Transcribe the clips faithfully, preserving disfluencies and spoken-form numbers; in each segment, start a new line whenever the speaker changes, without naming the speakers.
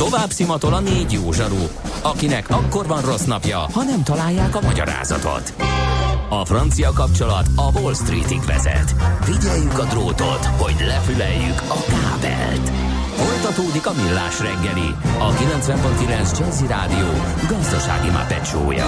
Tovább szimatol a négy jó zsaru, akinek akkor van rossz napja, ha nem találják a magyarázatot. A francia kapcsolat a Wall Streetig vezet. Figyeljük a drótot, hogy lefüleljük a kábelt. Folytatódik a Millás reggeli, a kilencven pont kilenc Jazzy Rádió gazdasági mápecsója.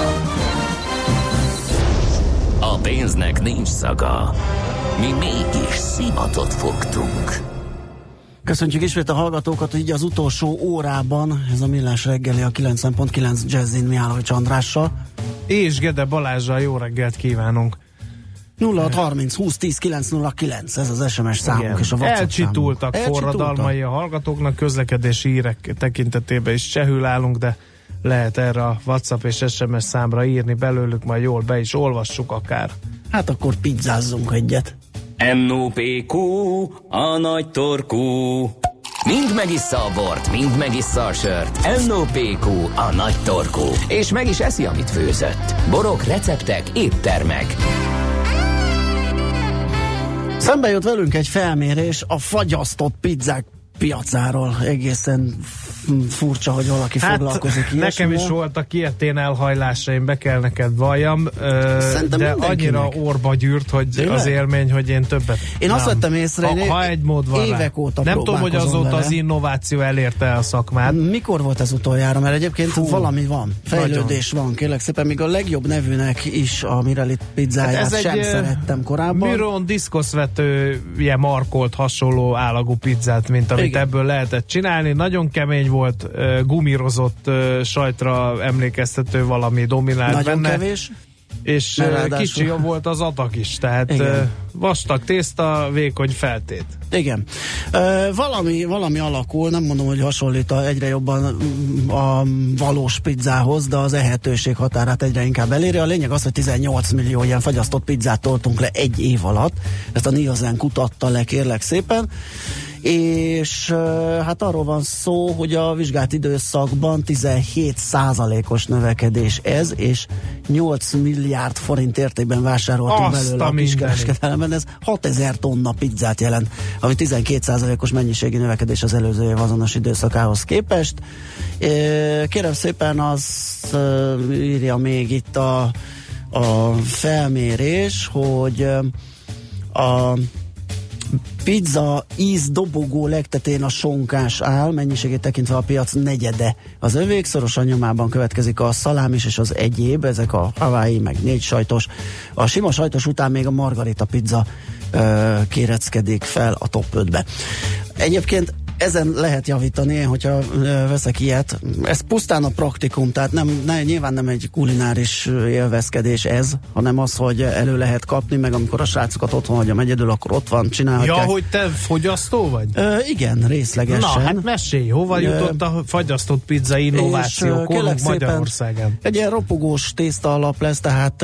A pénznek nincs szaga. Mi mégis szimatot fogtunk.
Köszöntjük ismét a hallgatókat, így az utolsó órában, ez a Millás reggeli a kilencven pont kilenc Jazzin Mihálovics Andrással.
És Gede Balázsral jó reggelt kívánunk.
nulla hat harminc húsz tíz kilenc nulla kilenc, ez az es em es számunk. Igen. És a WhatsApp
Elcsitultak számunk. Forradalmai a hallgatóknak, közlekedési hírek tekintetében is csehül állunk, de lehet erre a WhatsApp és es em es számra írni belőlük, majd jól be is olvassuk akár.
Hát akkor pizzázzunk egyet.
em o pé kú, a nagy torkú. Mind megissza a bort, mind megissza a sört. em o pé kú, a nagy torkú. És meg is eszi, amit főzött. Borok, receptek, éttermek.
Szembe jött velünk egy felmérés a fagyasztott pizzák piacáról. Egészen furcsa, hogy valaki hát, foglalkozik ilyesmivel.
Nekem is voltak ilyetén elhajlásaim, be kell neked valljam, Szerintem de annyira orba gyűrt, hogy Tényleg? az élmény, hogy én többet
Én
nem.
azt vettem észre,
ha, ha egy mód van
évek rá. óta
Nem tudom, hogy azóta
vele.
az innováció elérte a szakmát.
Mikor volt ez utoljára? Mert egyébként
Fú,
valami van. Fejlődés nagyon. van, kérlek szépen. Még a legjobb nevűnek is a Mirelli pizzáját hát sem egy, szerettem korábban.
Miron diszkoszvetője markolt hasonló állagú pizzát, mint amit Igen. ebből lehetett csinálni. Nagyon kemény volt, gumírozott sajtra emlékeztető valami dominált
Nagyon
benne.
kevés.
És kicsi volt az adag is, tehát Igen. vastag tészta, vékony feltét.
Igen. Uh, valami, valami alakul, nem mondom, hogy hasonlít a, egyre jobban a valós pizzához, de az ehetőség határát egyre inkább eléri. A lényeg az, hogy tizennyolc millió ilyen fagyasztott pizzát toltunk le egy év alatt. Ezt a Nielsen kutatta le, kérlek szépen. És hát arról van szó, hogy a vizsgált időszakban tizenhét százalékos növekedés ez, és nyolc milliárd forint értékben vásároltunk
Azt
belőle
a
a kiskereskedelemben. Ez hatezer tonna pizzát jelent, ami tizenkét százalékos mennyiségi növekedés az előző év azonos időszakához képest. Kérem szépen, azt írja még itt a, a felmérés, hogy a pizza íz dobogó legtetén a sonkás áll, mennyiségét tekintve a piac negyede az övék, szorosan nyomában következik a szalámis és az egyéb, ezek a Hawaii, meg négy sajtos. A sima sajtos után még a margarita pizza ö, kéreckedik fel a top ötbe. Egyébként ezen lehet javítani, hogyha ö, veszek ilyet. Ez pusztán a praktikum, tehát nem, ne, nyilván nem egy kulináris élvezkedés ez, hanem az, hogy elő lehet kapni, meg amikor a srácokat otthon hagyom egyedül, akkor ott van, csinálhatják.
Ja, hogy te fogyasztó vagy?
Ö, igen, részlegesen.
Na, hát mesélj, hova Ö, jutott a fagyasztott pizza innováció kólunk Magyarországon?
Egy ilyen ropogós tészta alap lesz, tehát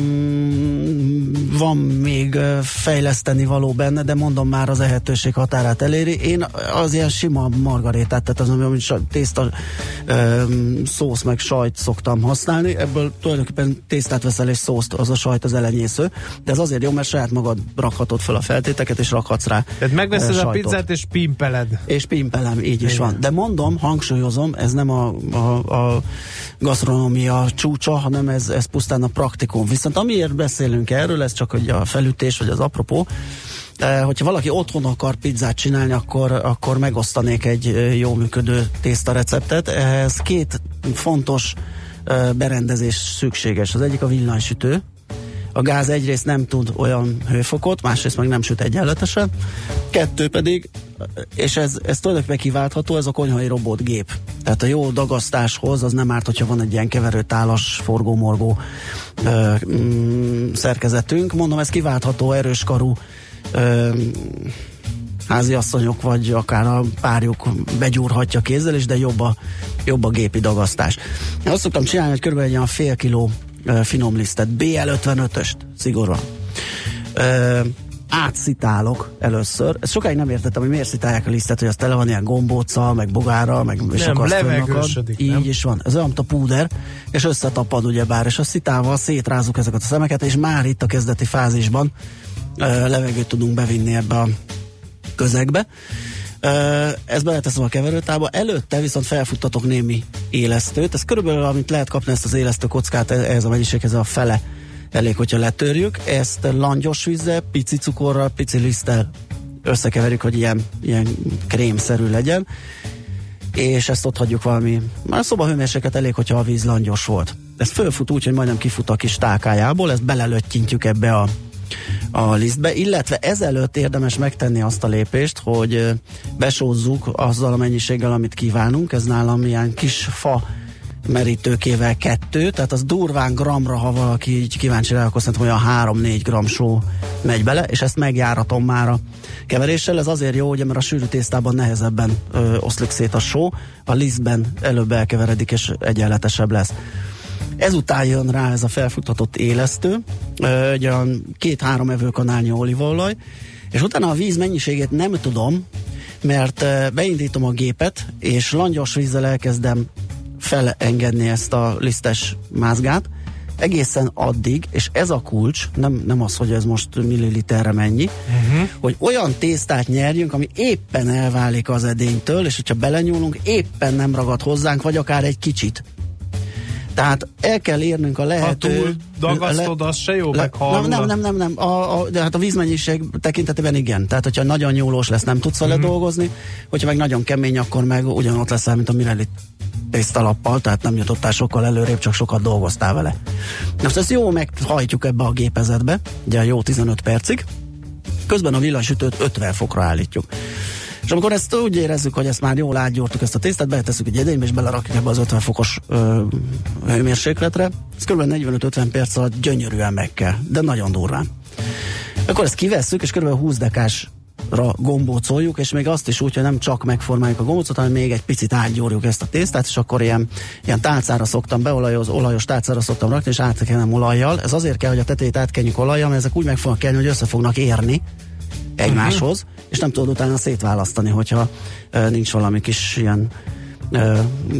um, van még fejleszteni való benne, de mondom, már az ehetőség határát eléri. Én az ilyen sima margarétát, tehát az, amit tészta, um, szósz meg sajt szoktam használni, ebből tulajdonképpen tésztát veszel és szószt, az a sajt az elenyésző, de ez azért jó, mert saját magad rakhatod fel a feltéteket, és rakhatsz rá
Tehát megveszed
uh,
a pizzát, és pimpeled.
És pimpelem, így Igen. is van. De mondom, hangsúlyozom, ez nem a, a, a gasztronómia csúcsa, hanem ez, ez pusztán a praktikum. Viszont amiért beszélünk erről, ez csak hogy a felütés, vagy az apropó, hogyha valaki otthon akar pizzát csinálni, akkor, akkor megosztanék egy jó működő tésztareceptet. Ehhez két fontos berendezés szükséges. Az egyik a villanysütő. A gáz egyrészt nem tud olyan hőfokot, másrészt meg nem süt egyenletesen. Kettő pedig, és ez, ez tulajdonképpen kiváltható, ez a konyhai robotgép. Tehát a jó dagasztáshoz az nem árt, hogyha van egy ilyen keverőtálas, forgómorgó ö, mm, szerkezetünk. Mondom, ez kiváltható, erőskarú ö, háziasszonyok, vagy akár a párjuk begyúrhatja kézzel is, de jobb a, jobb a gépi dagasztás. Én azt szoktam csinálni, hogy körülbelül egy olyan fél kiló uh, finom lisztet, bé el ötvenötöst szigorúan uh, átszitálok először. Ezt sokáig nem értettem, hogy miért szitálják a lisztet, hogy az tele van ilyen gombóccal, meg bogárral, meg és
nem, levegősödik,
így
nem?
is van. Ez olyan, mint a púder, és összetapad ugyebár, és a szitával szétrázzuk ezeket a szemeket, és már itt a kezdeti fázisban uh, levegőt tudunk bevinni ebbe a közegbe. Ezt beleteszem a keverőtálba, előtte viszont felfuttatok némi élesztőt, ez körülbelül, amit lehet kapni ezt az élesztő kockát, ez a mennyiséghez a fele elég, hogyha letörjük, ezt langyos vízzel, pici cukorral, pici liszttel összekeverjük, hogy ilyen, ilyen krémszerű legyen, és ezt ott hagyjuk valami, már a szobahőmérséklet elég, hogyha a víz langyos volt. Ez fölfut úgy, hogy majdnem kifut a kis tálkájából, ezt belelöttyintjük ebbe a a lisztbe, illetve ezelőtt érdemes megtenni azt a lépést, hogy besózzuk azzal a mennyiséggel, amit kívánunk, ez nálam ilyen kis fa merítőkével kettő, tehát az durván gramra, ha valaki így kíváncsi rá, akkor szerintem olyan három-négy gram só megy bele, és ezt megjáratom már a keveréssel. Ez azért jó, ugye, mert a sűrű tésztában nehezebben ö, oszlik szét a só, a lisztben előbb elkeveredik, és egyenletesebb lesz. Ezután jön rá ez a felfuttatott élesztő, egy olyan két-három evőkanálnyi olívaolaj, és utána a víz mennyiségét nem tudom, mert beindítom a gépet, és langyos vízzel elkezdem felengedni ezt a lisztes mázgát, egészen addig, és ez a kulcs, nem, nem az, hogy ez most milliliterre mennyi, uh-huh. hogy olyan tésztát nyerjünk, ami éppen elválik az edénytől, és hogyha belenyúlunk, éppen nem ragad hozzánk, vagy akár egy kicsit. Tehát el kell érnünk a lehető...
Ha túl dagasztod, le, az se jó, le, meg halul.
Nem, nem, nem, nem. A, a, de hát a vízmennyiség tekintetében igen. Tehát, hogyha nagyon nyúlós lesz, nem tudsz vele mm. dolgozni, hogyha meg nagyon kemény, akkor meg ugyanott leszel, mint a Mirelli tésztalappal, tehát nem jutottál sokkal előrébb, csak sokat dolgoztál vele. Most ezt jó meghajtjuk ebbe a gépezetbe, ugye a jó tizenöt percig, közben a villanysütőt ötven fokra állítjuk. És amikor ezt úgy érezzük, hogy ezt már jól átgyúrtuk ezt a tésztát, beletesszük egy edénybe, és belerakjuk ebbe az ötven fokos ö, hőmérsékletre, ez kb. negyvenöt-ötven perc alatt gyönyörűen meg kell, de nagyon durván. Akkor ezt kivesszük, és kb. húsz dekásra gombócoljuk, és még azt is úgy, hogy nem csak megformáljuk a gombócot, hanem még egy picit átgyúrjuk ezt a tésztát, és akkor ilyen, ilyen tálcára szoktam beolajos, olajos tálcára szoktam rakni, és átkenem olajjal. Ez azért kell, hogy a tetejét átkenjük olajjal, mert ezek úgy meg fognak kelni, hogy össze fognak érni egymáshoz, uh-huh. és nem tudod utána szétválasztani, hogyha uh, nincs valami kis ilyen uh,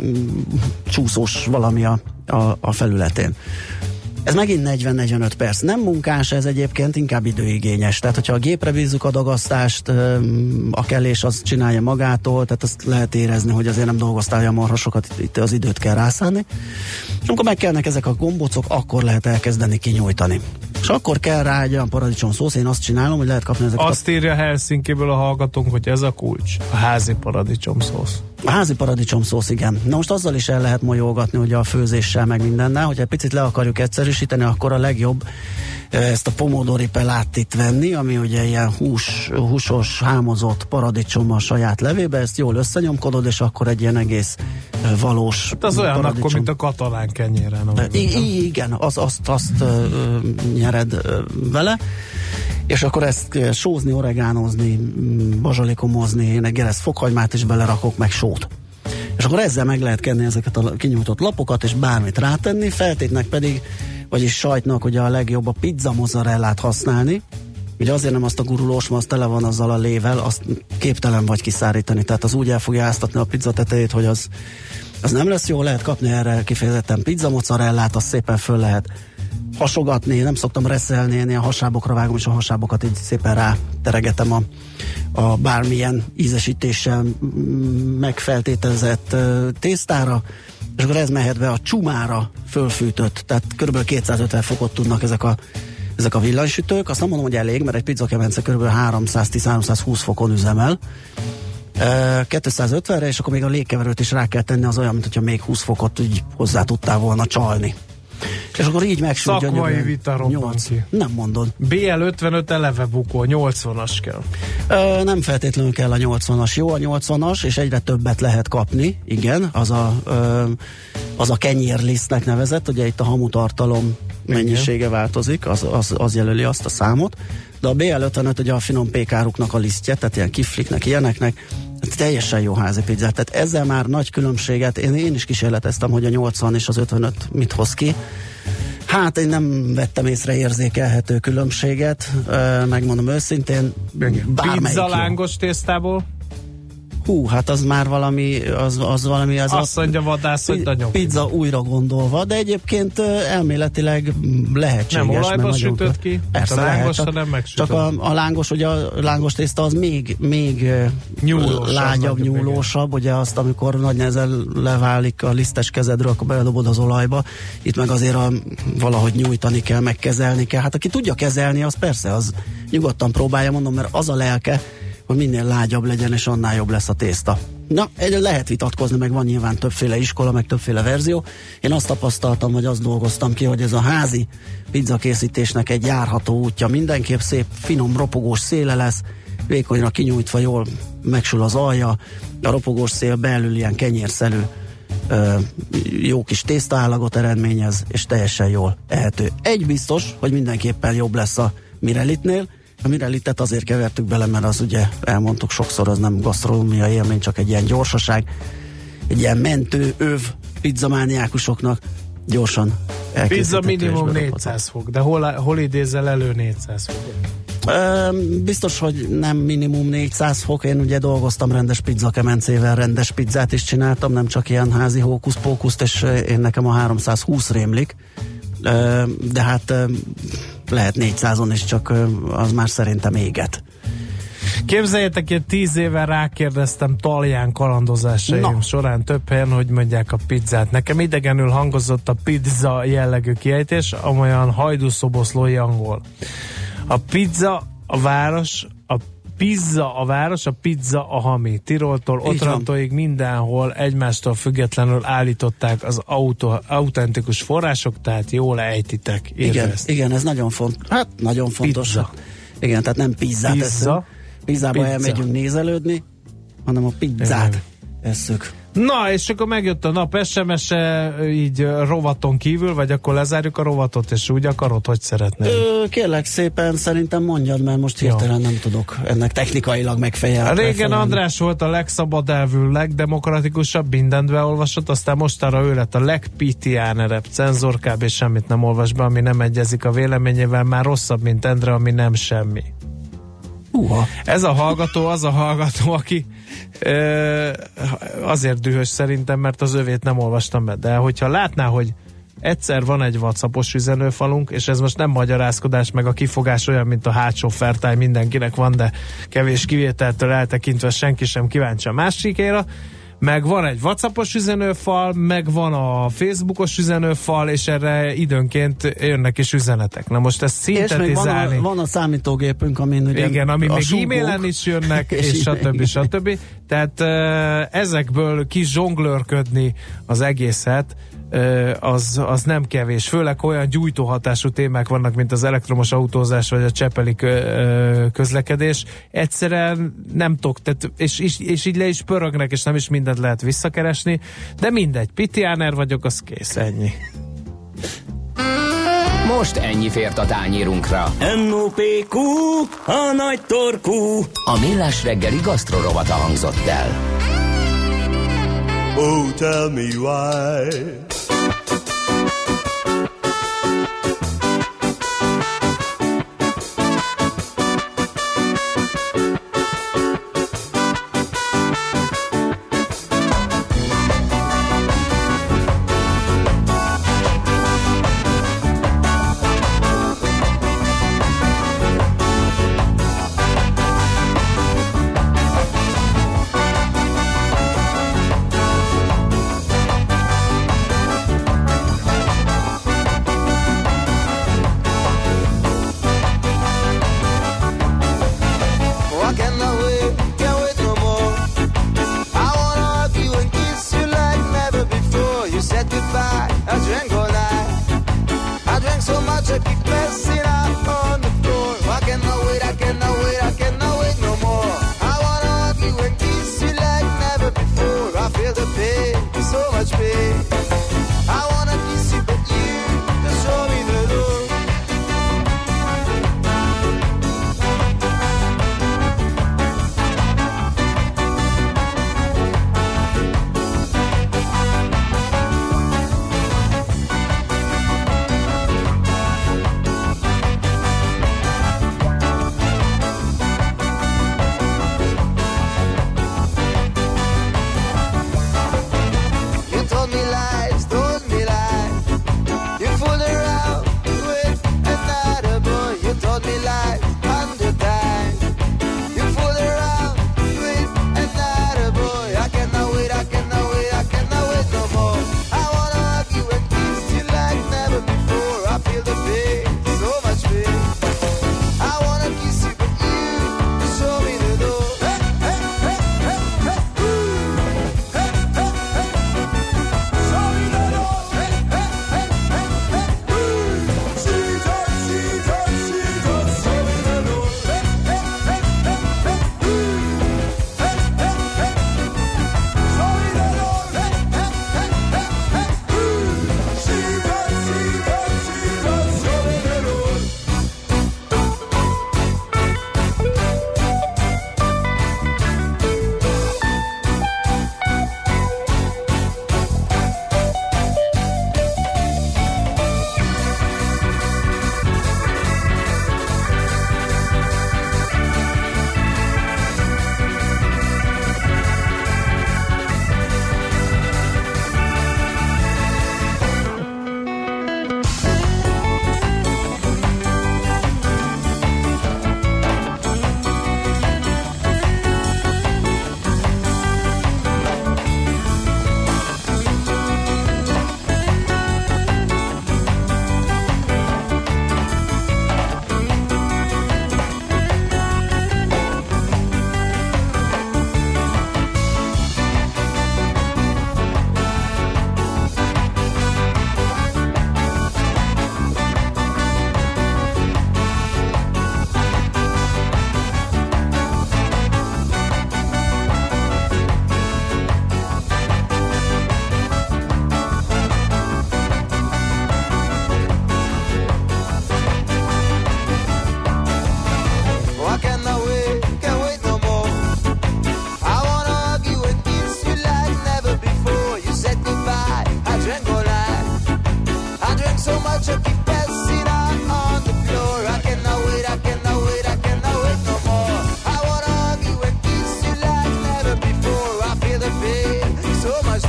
csúszós valami a, a, a felületén. Ez megint negyven-negyvenöt perc. Nem munkás ez egyébként, inkább időigényes. Tehát, hogyha a gépre bízzuk a dagasztást, a kellés az csinálja magától, tehát azt lehet érezni, hogy azért nem dolgoztál olyan marha sokat, itt az időt kell rászánni. És amikor megkelnek ezek a gombócok, akkor lehet elkezdeni kinyújtani. És akkor kell rá egy olyan paradicsom szósz, én azt csinálom, hogy lehet kapni ezeket.
Azt írja Helsinkiből a hallgatónk, hogy ez a kulcs, a házi paradicsom szósz.
A házi paradicsom szósz, igen. Na most azzal is el lehet molyolgatni, ugye a főzéssel meg mindennel, hogyha egy picit le akarjuk egyszerűsíteni, akkor a legjobb ezt a pomodori pelátit venni, ami ugye ilyen hús, húsos, hámozott paradicsommal saját levébe, ezt jól összenyomkodod, és akkor egy ilyen egész valós
hát az olyan akkor, mint a katalán kenyéren.
I- igen, az, azt, azt uh, nyered uh, vele, és akkor ezt sózni, oregánozni, bazsalikomozni, én egy geresz fokhagymát is belerakok, meg sót. És akkor ezzel meg lehet kenni ezeket a kinyújtott lapokat, és bármit rátenni, feltétnek pedig, vagyis sajtnak ugye a legjobb a pizza mozzarellát használni. Ugye azért nem azt a gurulós, mert az tele van azzal a lével, azt képtelen vagy kiszárítani, tehát az úgy el fogja áztatni a pizza tetejét, hogy az, az nem lesz jó, lehet kapni erre kifejezetten pizza mozzarellát, azt szépen föl lehet hasogatni, nem szoktam reszelni, én ilyen hasábokra vágom, és a hasábokat így szépen rá teregetem a, a bármilyen ízesítéssel megfeltételezett uh, tésztára, és akkor ez mehet be a csumára fölfűtött, tehát kb. kétszázötven fokot tudnak ezek a, ezek a villanysütők. Azt nem mondom, hogy elég, mert egy pizzakemence kb. háromszáztíz-háromszázhúsz fokon üzemel. Uh, kétszázötvenre, és akkor még a légkeverőt is rá kell tenni, az olyan, mint hogyha még húsz fokot így hozzá tudtál volna csalni. És akkor így megsült.
Szakmai vita robban ki.
Nem mondod.
bé el ötvenöt eleve bukó, nyolcvanas kell.
Ö, nem feltétlenül kell a nyolcvanas. Jó a nyolcvanas, és egyre többet lehet kapni. Igen, az a, ö, az a kenyérlisztnek nevezett, ugye itt a hamutartalom mennyisége változik, az, az, az jelöli azt a számot. De a bé el ötvenöt ugye a finom pékáruknak a lisztje, tehát ilyen kifliknek, ilyeneknek, teljesen jó házi pizzát. Tehát ezzel már nagy különbséget, én, én is kísérleteztem, hogy a nyolcvan és az ötvenöt mit hoz ki. Hát én nem vettem észre érzékelhető különbséget, megmondom őszintén.
Pizza lángos tésztából?
Hú, hát az már valami, az, az valami... Az
azt mondja vadász, hogy nagyon
pizza újra gondolva, de egyébként elméletileg lehetséges.
Nem olajba sütött ki?
Persze,
a lángosra
lehet,
nem megsütött.
Csak a, a lángos, ugye a lángos tészta az még, még
nyúlósabb,
lágyabb, nyúlósabb, ugye azt, amikor nagy nehezen leválik a lisztes kezedről, akkor beledobod az olajba. Itt meg azért a, valahogy nyújtani kell, meg kezelni kell. Hát aki tudja kezelni, az persze, az nyugodtan próbálja, mondom, mert az a lelke, hogy minél lágyabb legyen, és annál jobb lesz a tészta. Na, lehet vitatkozni, meg van nyilván többféle iskola, meg többféle verzió. Én azt tapasztaltam, vagy azt dolgoztam ki, hogy ez a házi pizza készítésnek egy járható útja. Mindenképp szép, finom, ropogós széle lesz, vékonyra kinyújtva jól megsül az alja, a ropogós szél belül ilyen kenyérszelő, ö, jó kis tésztaállagot eredményez, és teljesen jól ehető. Egy biztos, hogy mindenképpen jobb lesz a Mirelitnél. A Mirelitet azért kevertük bele, mert az ugye elmondtuk sokszor, az nem gasztronómiai élmény, csak egy ilyen gyorsaság, egy ilyen mentő öv pizzamániákusoknak gyorsan elkészíthető.
Pizza minimum négyszáz fok, de hol, hol idézel elő négyszáz fok?
Biztos, hogy nem minimum négyszáz fok, én ugye dolgoztam rendes pizzakemencével, rendes pizzát is csináltam, nem csak ilyen házi hókusz-pókuszt, és én nekem a háromszázhúsz rémlik, de hát lehet négyszázon is, csak az már szerintem éget.
Képzeljétek, én tíz éve rákérdeztem Talján kalandozásaim no. során több helyen, hogy mondják a pizzát. Nekem idegenül hangozott a pizza jellegű kiejtés, amolyan hajdúszoboszlói angol. A pizza a város, a pizza a város, a pizza a hami. Tiroltól Otrantóig mindenhol egymástól függetlenül állították az autó, autentikus források, tehát jól ejtitek.
Igen, igen, ez nagyon fontos. Hát nagyon fontos.
Pizza.
Igen, tehát nem pizzát
pizza.
eszünk. Pizzába
pizza.
elmegyünk nézelődni, hanem a pizzát igen. esszük.
Na, és akkor megjött a nap es em es-e így rovaton kívül, vagy akkor lezárjuk a rovatot, és úgy akarod, hogy szeretnél?
Ö, kérlek szépen, szerintem mondjad, mert most hirtelen nem tudok ennek technikailag megfejelni.
Régen András volt a legszabadelvű, legdemokratikusabb, mindent beolvasott, aztán mostanra ő lett a legpitiánerebb cenzor, kb. Semmit nem olvas be, ami nem egyezik a véleményével, már rosszabb, mint Endre, ami nem semmi.
Uha.
Ez a hallgató, az a hallgató, aki ö, azért dühös szerintem, mert az övét nem olvastam be, de hogyha látná, hogy egyszer van egy WhatsAppos üzenőfalunk, és ez most nem magyarázkodás, meg a kifogás olyan, mint a hátsó fertály, mindenkinek van, de kevés kivételtől eltekintve senki sem kíváncsi a másikéra, meg van egy WhatsAppos üzenőfal, meg van a Facebookos üzenőfal, és erre időnként jönnek is üzenetek. Na most ezt szintetizálni.
És még van a, van a számítógépünk, amin ugye
igen, ami még
súgók,
e-mailen is jönnek, és, és stb. stb. Tehát ezekből kis zsonglőrködni az egészet, az, az nem kevés. Főleg olyan gyújtóhatású témák vannak, mint az elektromos autózás, vagy a csepeli közlekedés. Egyszerűen nem tudok, tehát, és, és, és így le is pörögnek, és nem is mindent lehet visszakeresni, de mindegy, pitiáner vagyok, az kész, ennyi.
Most ennyi fért a tányérunkra.
em o pé kú, a nagy torkú.
A Millás reggeli gasztrorovata hangzott el.
Oh, tell me why.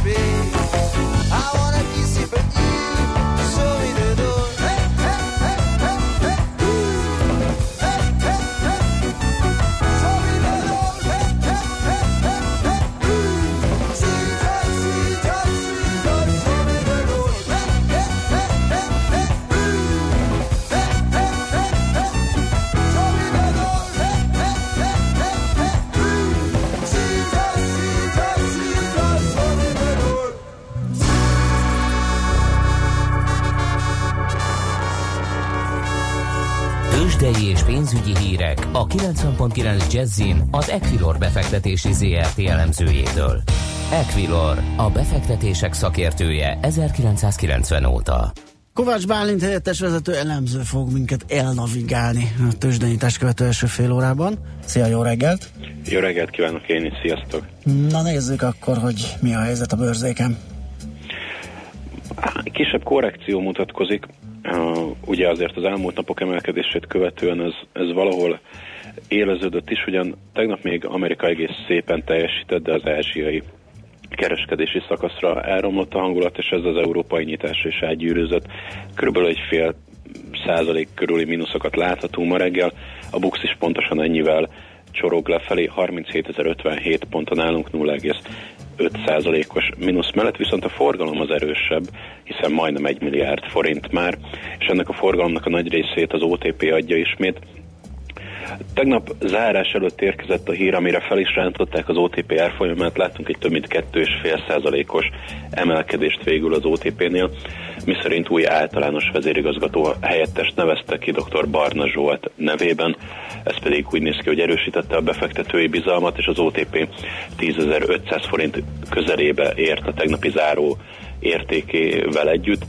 baby. I wanna kiss you, but you show me the door. Hey, hey, hey, hey, hey. Hey, hey, hey. Show me the door. Hey, hey, hey, hey, hey. Sweetheart, sweetheart, sweetheart, show me the door. Hey, hey, hey, hey, hey. Hey, hey, hey, hey. Show me the door. Hey, hey, hey, hey, hey. Sweetheart, sweetheart, sweetheart, show me the door.
Tőzsdei és pénzügyi hírek a kilencven pont kilenc Jazzin az Equilor befektetési zé er té elemzőjétől. Equilor, a befektetések szakértője ezerkilencszázkilencven óta.
Kovács Bálint helyettes vezető elemző fog minket elnavigálni a tőzsdenyítás követő első fél órában. Szia, jó reggelt!
Jó reggelt kívánok én is, sziasztok!
Na nézzük akkor, hogy mi a helyzet a bőrzéken.
Kisebb korrekció mutatkozik. Uh, ugye azért az elmúlt napok emelkedését követően ez, ez valahol éleződött is, ugyan tegnap még Amerika egész szépen teljesített, de az ázsiai kereskedési szakaszra elromlott a hangulat, és ez az európai nyitásra is átgyűrűzött. Körülbelül egy fél százalék körüli mínuszokat láthatunk ma reggel. A BUX is pontosan ennyivel csorog lefelé, harminchétezer-ötvenhét ponton állunk, nulla egész öt százalékos mínusz mellett, viszont a forgalom az erősebb, hiszen majdnem egy milliárd forint már, és ennek a forgalomnak a nagy részét az o té pé adja ismét. Tegnap zárás előtt érkezett a hír, amire fel is rántották az o té pé árfolyamát, láttunk egy több mint két egész öt százalékos emelkedést végül az o té pénél, miszerint új általános vezérigazgató helyettest neveztek ki dr. Barna Zsolt nevében, ez pedig úgy néz ki, hogy erősítette a befektetői bizalmat, és az o té pé tízezer-ötszáz forint közelébe ért a tegnapi záró értékével együtt.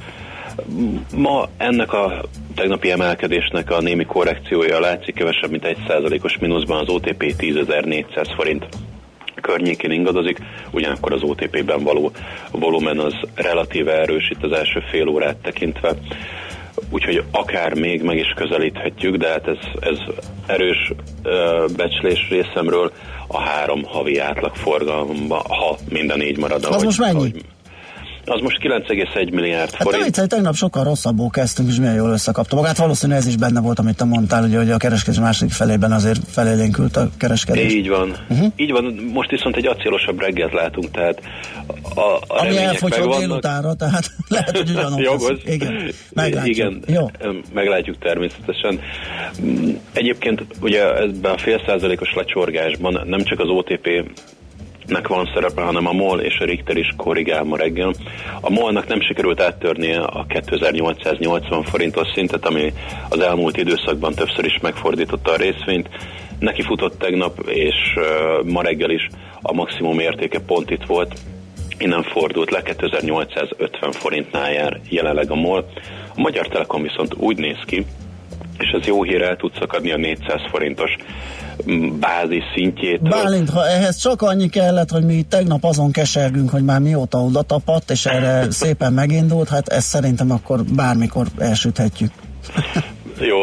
Ma ennek a tegnapi emelkedésnek a némi korrekciója látszik, kevesebb mint egy százalékos mínuszban az o té pé tízezer-négyszáz forint környékén ingadozik, ugyanakkor az o té pében való volumen az relatíve erős itt az első fél órát tekintve, úgyhogy akár még meg is közelíthetjük, de hát ez, ez erős uh, becslés részemről a három havi átlag forgalomba, ha minden így marad.
Az
ahogy,
most mennyi?
Ahogy, az most kilenc egész egy milliárd
Hát
forint.
viccelj, tegnap sokkal rosszabbul kezdtünk, és milyen jól összekapta magát. Valószínűleg ez is benne volt, amit te mondtál, ugye, hogy a kereskedés második felében azért felélénkült a kereskedés.
Így van.
Uh-huh.
Így van. Most viszont egy acélosabb reggelt látunk, tehát a, a
ami elfogyott délutánra, tehát lehet, hogy ugyanott.
Jogos.
Igen, meglátjuk.
Igen,
jó.
Meglátjuk természetesen. Egyébként ugye ebben a fél százalékos lecsorgásban nem csak az o té pé nek van szerepe, hanem a MOL és a Richter is korrigál ma reggel. A MOL-nak nem sikerült áttörnie a kétezer-nyolcszáznyolcvan forintos szintet, ami az elmúlt időszakban többször is megfordította a részvényt. Neki futott tegnap, és uh, ma reggel is a maximum értéke pont itt volt. Innen fordult le, kétezer-nyolcszázötven forintnál jár jelenleg a MOL. A Magyar Telekom viszont úgy néz ki, és ez jó hír, el tud szakadni a négyszáz forintos bázis szintjétől.
Bálint, ha ehhez csak annyi kellett, hogy mi tegnap azon kesergünk, hogy már mióta oda tapadt, és erre szépen megindult, hát ezt szerintem akkor bármikor elsüthetjük.
Jó.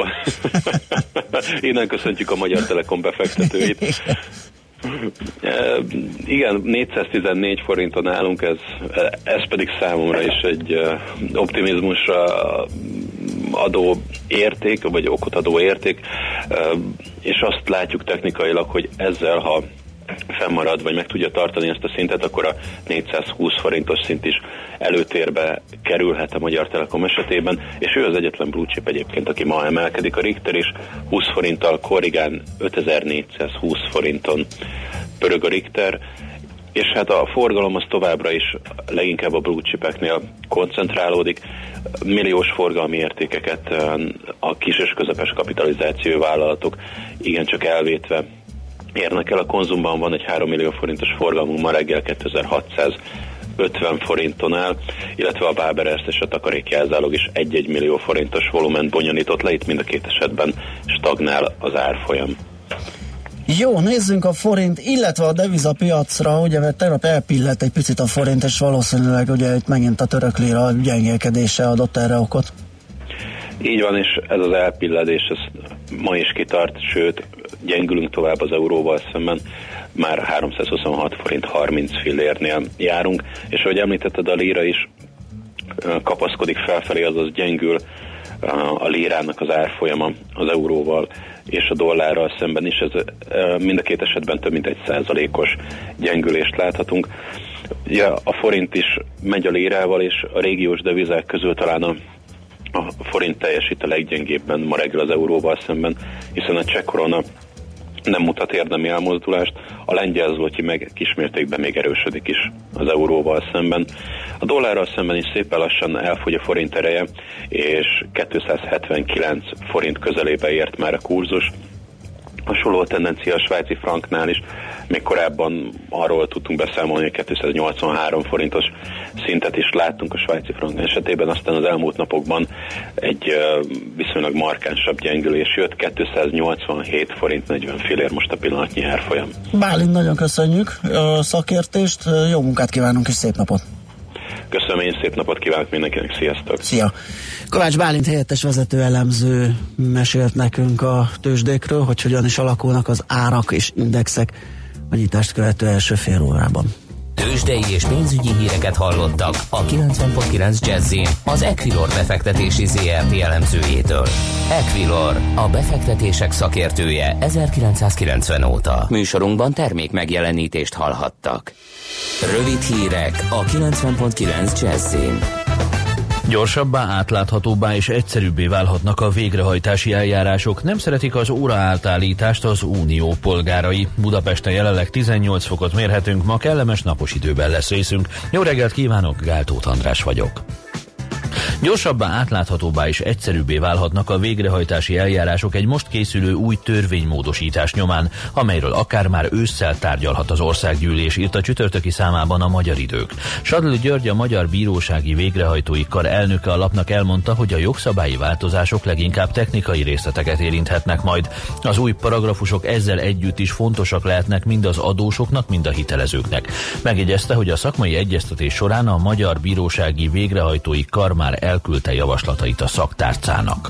Innen köszöntjük a Magyar Telekom befektetőit. E, igen, négyszáztizennégy forinton állunk, ez, ez pedig számomra is egy optimizmusra adó érték, vagy okot adó érték, és azt látjuk technikailag, hogy ezzel, ha fennmarad, vagy meg tudja tartani ezt a szintet, akkor a négyszázhúsz forintos szint is előtérbe kerülhet a Magyar Telekom esetében, és ő az egyetlen blue chip egyébként, aki ma emelkedik. A Richter is húsz forinttal korrigán ötezer-négyszázhúsz forinton pörög a Richter, és hát a forgalom az továbbra is leginkább a blue chipeknél koncentrálódik. Milliós forgalmi értékeket a kis és közepes kapitalizációi vállalatok igencsak elvétve érnek el. A Konzumban van egy három millió forintos forgalmunk, ma reggel kétezer-hatszázötven forinton áll, illetve a Báber Erste és a takarékjelzálog is egy-egy millió forintos volument bonyolított le, itt mind a két esetben stagnál az árfolyam.
Jó, nézzünk a forint, illetve a devizapiacra, ugye, mert tegnap elpillett egy picit a forint, és valószínűleg ugye itt megint a török lira gyengélkedése adott erre okot.
Így van, és ez az elpilledés, ez ma is kitart, sőt, gyengülünk tovább az euróval szemben. már háromszázhuszonhat forint harminc fillérnél járunk, és ahogy említetted, a lira is kapaszkodik felfelé, azaz gyengül a lírának az árfolyama az euróval és a dollárral szemben is, ez mind a két esetben több mint egy százalékos gyengülést láthatunk. Ja, a forint is megy a lírával, és a régiós devizák közül talán a, a forint teljesít a leggyengébben ma reggel az euróval szemben, hiszen a cseh korona nem mutat érdemi elmozdulást, a lengyel zloty meg kismértékben még erősödik is az euróval szemben. A dollárral szemben is szépen lassan elfogy a forint ereje, és kétszázhetvenkilenc forint közelébe ért már a kurzus. Hasonló tendencia a svájci franknál is, még korábban arról tudtunk beszámolni, hogy kétszáznyolcvanhárom forintos szintet is láttunk a svájci frank esetében, aztán az elmúlt napokban egy uh, viszonylag markánsabb gyengülés jött, kétszáznyolcvanhét forint negyven fillér most a pillanatnyi árfolyam.
Bálint, nagyon köszönjük a szakértést, jó munkát kívánunk és szép napot!
Köszönöm, én szép napot kívánok mindenkinek, sziasztok!
Szia! Kovács Bálint helyettes vezető elemző mesélt nekünk a tőzsdékről, hogy hogyan is alakulnak az árak és indexek a nyitást követő első fél órában.
Tőzsdei és pénzügyi híreket hallottak a kilencven pont kilenc Jazzin az Equilor befektetési zé er té elemzőjétől. Equilor, a befektetések szakértője ezerkilencszázkilencven óta. Műsorunkban termék megjelenítést hallhattak. Rövid hírek a kilencven pont kilenc Jazzin.
Gyorsabbá, átláthatóbbá és egyszerűbbé válhatnak a végrehajtási eljárások. Nem szeretik az óraátállítást az unió polgárai. Budapesten jelenleg tizennyolc fokot mérhetünk, ma kellemes napos időben lesz részünk. Jó reggelt kívánok, Gál Tóth András vagyok. Gyorsabbá, átláthatóbbá és egyszerűbbé válhatnak a végrehajtási eljárások egy most készülő új törvénymódosítás nyomán, amelyről akár már ősszel tárgyalhat az országgyűlés, írt a csütörtöki számában a Magyar Idők. Sadl György, a Magyar Bírósági Végrehajtói Kar elnöke a lapnak elmondta, hogy a jogszabályi változások leginkább technikai részleteket érinthetnek majd. Az új paragrafusok ezzel együtt is fontosak lehetnek mind az adósoknak, mind a hitelezőknek. Megjegyezte, hogy a szakmai egyeztetés során a Magyar Bírósági Végrehajtói Kar már elküldte javaslatait a szaktárcának.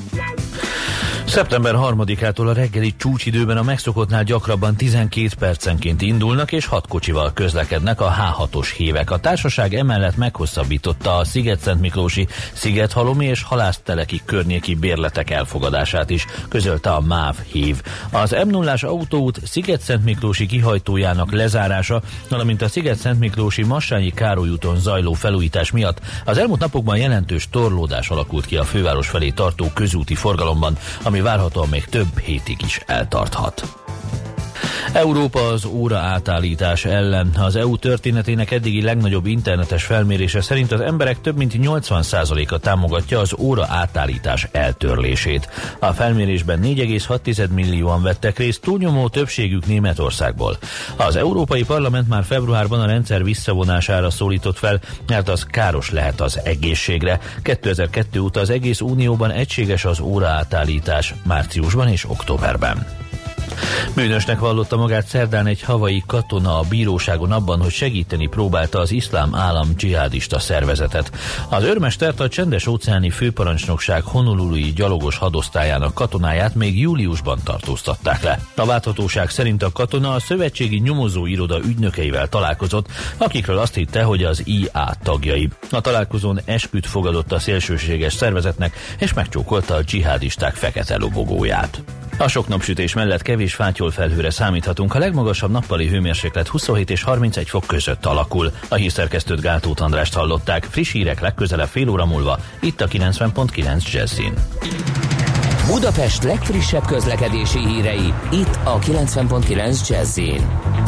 szeptember harmadikától a reggeli csúcsidőben a megszokottnál gyakrabban tizenkét percenként indulnak és hat kocsival közlekednek a há hatos hívek. A társaság emellett meghosszabbította a Sziget-Szentmiklósi, Sziget-Halomi és Halászteleki környéki bérletek elfogadását is, közölte a MÁV hív. Az em nullás autóút Sziget-Szentmiklósi kihajtójának lezárása, valamint a Sziget-Szentmiklósi Massányi Károly úton zajló felújítás miatt az elmúlt napokban jelentős torlódás alakult ki a főváros felé tartó közúti forgalomban, ami várhatóan még több hétig is eltarthat. Európa az óra átállítás ellen. Az é u történetének eddigi legnagyobb internetes felmérése szerint az emberek több mint nyolcvan százaléka támogatja az óra átállítás eltörlését. A felmérésben négy egész hat millióan vettek részt, túlnyomó többségük Németországból. Az Európai Parlament már februárban a rendszer visszavonására szólított fel, mert az káros lehet az egészségre. kétezer-kettő óta az egész Unióban egységes az óra átállítás, márciusban és októberben. Bűnösnek vallotta magát szerdán egy havai katona a bíróságon abban, hogy segíteni próbálta az Iszlám Állam dzsihádista szervezetet. Az őrmestert, a Csendes-óceáni főparancsnokság honolului gyalogos hadosztályának katonáját még júliusban tartóztatták le. A láthatóság szerint a katona a szövetségi nyomozóiroda ügynökeivel találkozott, akikről azt hitte, hogy az i á tagjai. A találkozón esküt fogadott a szélsőséges szervezetnek, és megcsókolta a dzsihádisták fekete lobogóját. A sok napsütés mellett kevés fátyolfelhőre számíthatunk, a legmagasabb nappali hőmérséklet huszonhét és harmincegy fok között alakul. A hírszerkesztőt Gál Tóth Andrást hallották, friss hírek legközelebb fél óra múlva, itt a kilencven pont kilenc Jazzin.
Budapest legfrissebb közlekedési hírei, itt a kilencven pont kilenc Jazzin.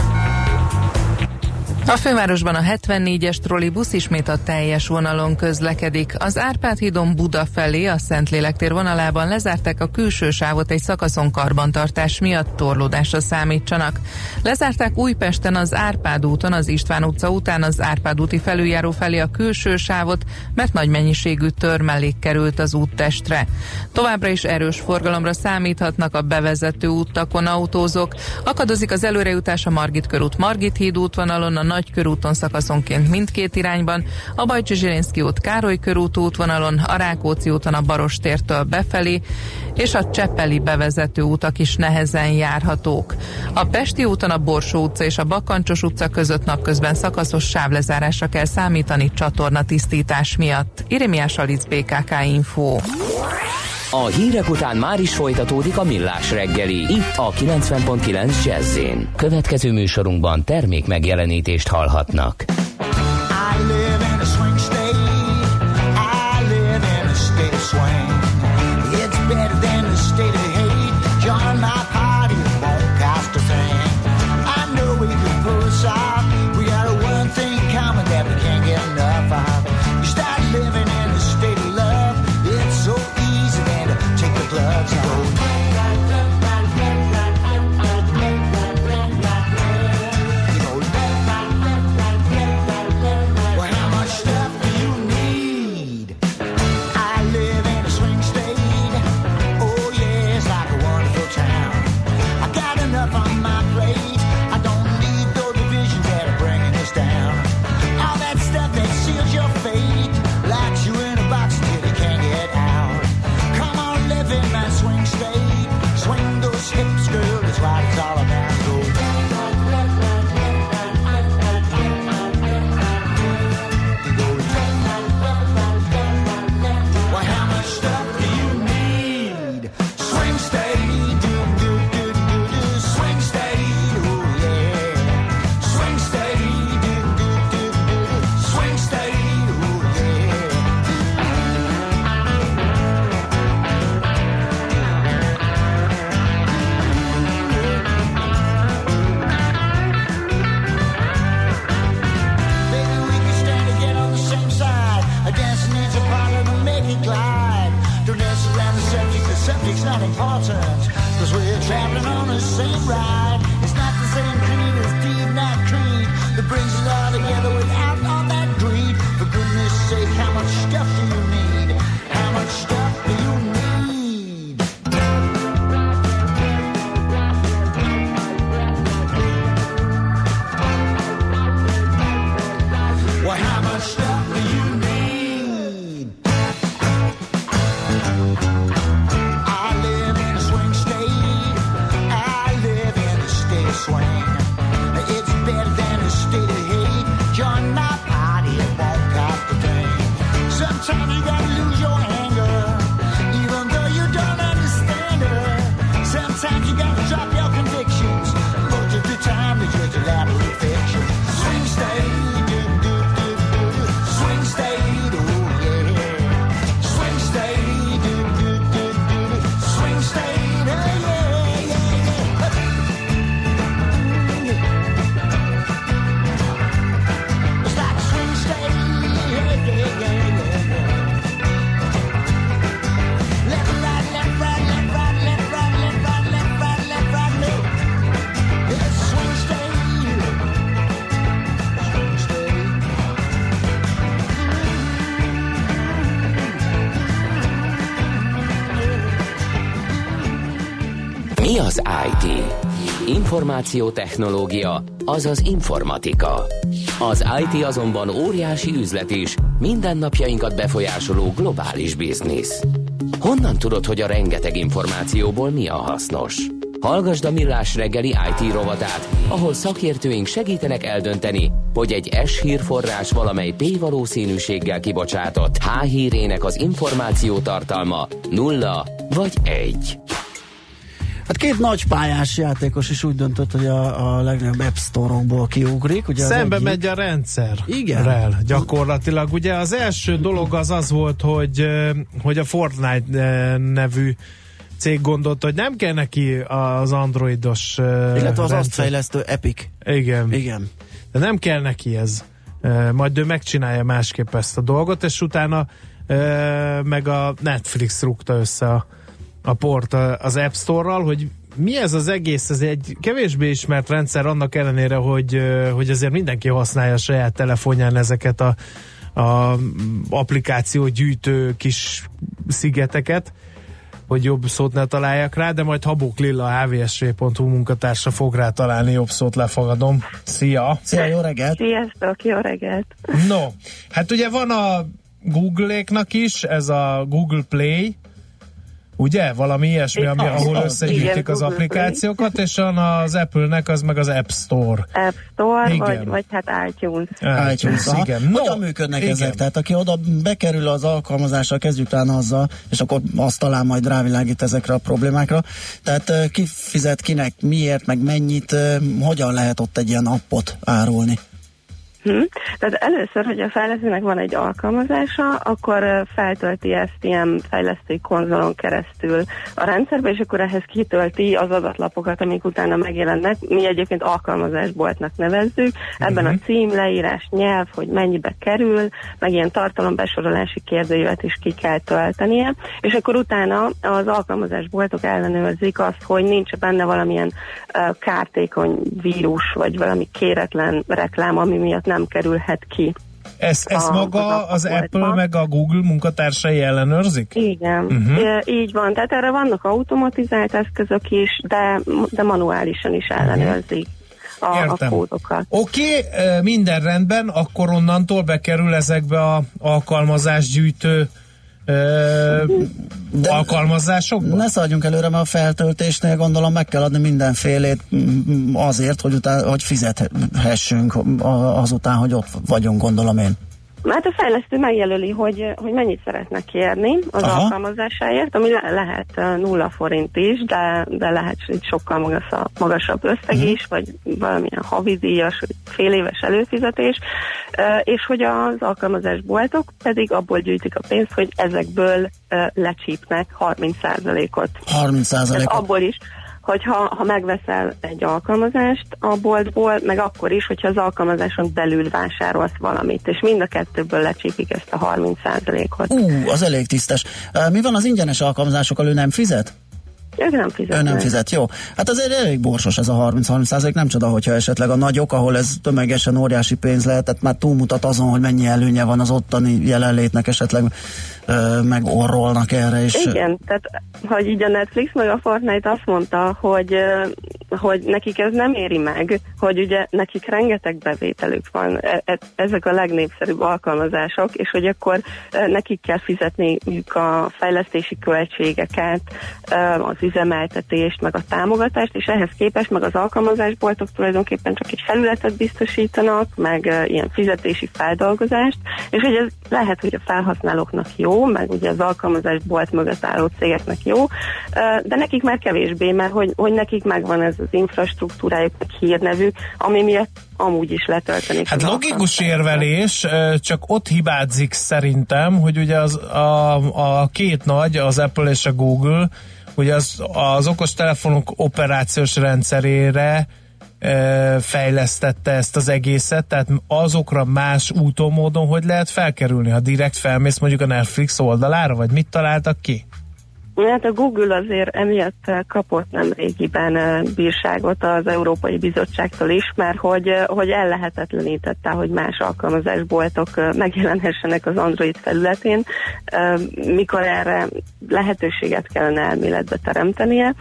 A fővárosban a hetvennégyes trollibusz ismét a teljes vonalon közlekedik. Az Árpád hídon Buda felé a Szentlélek tér vonalában lezárták a külső sávot egy szakaszon karbantartás miatt, torlódásra számítsanak. Lezárták Újpesten az Árpád úton az István utca után az Árpád úti felüljáró felé a külső sávot, mert nagy mennyiségű törmelék került az úttestre. Továbbra is erős forgalomra számíthatnak a bevezető úttakon autózók. Akadozik az előrejutás a Margit körút Margit híd útvonalon, a Nagykörúton szakaszonként mindkét irányban, a Bajcsy-Zsilinszky út Károly körút útvonalon, a Rákóczi úton a Barostértől befelé, és a Cseppeli bevezető utak is nehezen járhatók. A Pesti úton a Borsó utca és a Bakkancsos utca között napközben szakaszos sávlezárásra kell számítani csatornatisztítás miatt. Irimiás Alic, bé ká ká Info.
A hírek után már is folytatódik a Millás reggeli, itt a kilencven pont kilenc Jazz-én. Következő műsorunkban termék megjelenítést hallhatnak.
I live in a swing state. I live in a state of swing. It's better than the state of hate. Join my party, it won't cost a thing. I know we can pull us off. We got one thing in common that we can't get enough of. You start living in a state of love. It's so easy then to take the gloves off.
Mi az i té? Információtechnológia, azaz informatika. Az i té azonban óriási üzlet is, mindennapjainkat befolyásoló globális biznisz. Honnan tudod, hogy a rengeteg információból mi a hasznos? Hallgasd a Millás reggeli i té rovatát, ahol szakértőink segítenek eldönteni, hogy egy S-hírforrás valamely P-valószínűséggel kibocsátott H-hírének az információ tartalma nulla vagy egy.
Hát két nagy pályás játékos is úgy döntött, hogy a, a legnagyobb App Store-okból kiugrik. Ugye
Szembe
egyik...
megy a rendszer.
Igen.
Rel, gyakorlatilag. Ugye az első dolog az az volt, hogy, hogy a Fortnite nevű cég gondolta, hogy nem kell neki az androidos
illetve az
rendszer.
azt fejlesztő Epic.
Igen.
Igen.
De nem kell neki ez. Majd ő megcsinálja másképp ezt a dolgot, és utána meg a Netflix rúgta össze a a port az App Store-ral, hogy mi ez az egész, ez egy kevésbé ismert rendszer annak ellenére, hogy, hogy azért mindenki használja a saját telefonján ezeket a, a applikáció gyűjtő kis szigeteket, hogy jobb szót ne találják rá, de majd Habók Lilla, a há vé es vé pont hú munkatársa fog rá találni jobb szót, lefogadom. Szia!
Szia, jó reggelt!
Sziasztok, jó reggelt!
No, hát ugye van a Google-éknak is, ez a Google Play, ugye? Valami ilyesmi, ami, ahol összegyűjtik az applikációkat, és az Apple-nek az meg az App Store.
App Store,
igen.
Vagy, vagy hát iTunes.
iTunes,
igen. No,
hogyan működnek
igen.
ezek? Tehát aki oda bekerül az alkalmazással, kezdjük talán azzal, és akkor azt talán majd rávilágít ezekre a problémákra. Tehát ki fizet kinek, miért, meg mennyit, hogyan lehet ott egy ilyen appot árulni?
Hm. Tehát először, hogy a fejlesztőnek van egy alkalmazása, akkor feltölti ezt ilyen fejlesztői konzolon keresztül a rendszerbe, és akkor ehhez kitölti az adatlapokat, amik utána megjelennek. Mi egyébként alkalmazásboltnak nevezzük. Ebben uh-huh. a cím, leírás, nyelv, hogy mennyibe kerül, meg ilyen tartalombesorolási kérdőívet is ki kell töltenie, és akkor utána az alkalmazásboltok ellenőrzik azt, hogy nincs benne valamilyen uh, kártékony vírus, vagy valami kéretlen reklám, ami miatt nem kerülhet ki.
Ezt, ezt a, maga az, az Apple meg a Google munkatársai ellenőrzik?
Igen, uh-huh. így van. Tehát erre vannak automatizált eszközök is, de, de manuálisan is ellenőrzik uh-huh. a, a kódokat.
Oké, okay, minden rendben, akkor onnantól bekerül ezekbe a alkalmazásgyűjtő De alkalmazásokban?
Ne szaladjunk előre, mert a feltöltésnél gondolom meg kell adni mindenfélét azért, hogy, után, hogy fizethessünk azután, hogy ott vagyunk, gondolom én.
Hát a fejlesztő megjelöli, hogy, hogy mennyit szeretne kérni az Aha. alkalmazásáért, ami le, lehet nulla forint is, de, de lehet sokkal magasabb, magasabb összeg uh-huh. is, vagy valamilyen havidíjas, vagy fél éves előfizetés, és hogy az alkalmazásboltok pedig abból gyűjtik a pénzt, hogy ezekből lecsípnek harminc százalékot.
harminc százalékot.
Abból is, hogyha ha megveszel egy alkalmazást a boltból, meg akkor is, hogyha az alkalmazáson belül vásárolsz valamit, és mind a kettőből lecsípik ezt a harminc százalékot.
Ú, az elég tisztes. Mi van az ingyenes alkalmazásokkal, ő nem fizet?
Ő nem fizet.
Ő nem fizet, jó. Hát azért elég borsos ez a harminc-harminc százalék, nem csoda, hogyha esetleg a nagyok, ahol ez tömegesen óriási pénz lehet, tehát már túlmutat azon, hogy mennyi előnye van az ottani jelenlétnek, esetleg ö, megorrolnak erre is.
Igen, tehát hogy így a Netflix meg a Fortnite azt mondta, hogy, hogy nekik ez nem éri meg, hogy ugye nekik rengeteg bevételük van, ezek a legnépszerűbb alkalmazások, és hogy akkor nekik kell fizetniük a fejlesztési költségeket, az üzemeltetést, meg a támogatást, és ehhez képest meg az alkalmazásboltok tulajdonképpen csak egy felületet biztosítanak, meg uh, ilyen fizetési feldolgozást, és hogy ez lehet, hogy a felhasználóknak jó, meg ugye az alkalmazásbolt mögött álló cégeknek jó, uh, de nekik már kevésbé, mert hogy, hogy nekik megvan ez az infrastruktúrájuk, meg hírnevük, ami miatt amúgy is letölteni.
Hát logikus érvelés, csak ott hibázik szerintem, hogy ugye az, a, a két nagy, az Apple és a Google, ugye az, az okostelefonok operációs rendszerére e, fejlesztette ezt az egészet, tehát azokra más úton, módon, hogy lehet felkerülni, ha direkt felmész mondjuk a Netflix oldalára, vagy mit találtak ki?
Hát a Google azért emiatt kapott nem régiben bírságot az Európai Bizottságtól is, mert hogy, hogy ellehetetlenítette, hogy más alkalmazásboltok megjelenhessenek az Android felületén, mikor erre lehetőséget kellene elméletbe teremtenie.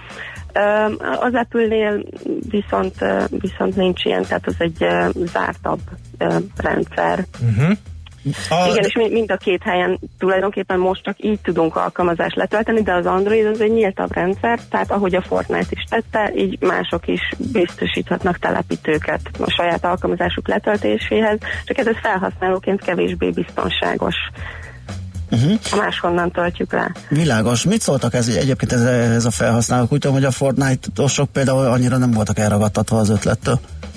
Az Apple-nél viszont, viszont nincs ilyen, tehát az egy zártabb rendszer. Uh-huh. A... Igen, és mind a két helyen tulajdonképpen most csak így tudunk alkalmazást letölteni, de az Android az egy nyíltabb rendszer, tehát ahogy a Fortnite is tette, így mások is biztosíthatnak telepítőket a saját alkalmazásuk letöltéséhez, csak ez felhasználóként kevésbé biztonságos. Uh-huh. Ha máshonnan töltjük le.
Világos. Mit szóltak ez, egyébként ez, ez a felhasználók? Úgy tudom, hogy a Fortnite-osok például annyira nem voltak elragadtatva az ötlettől.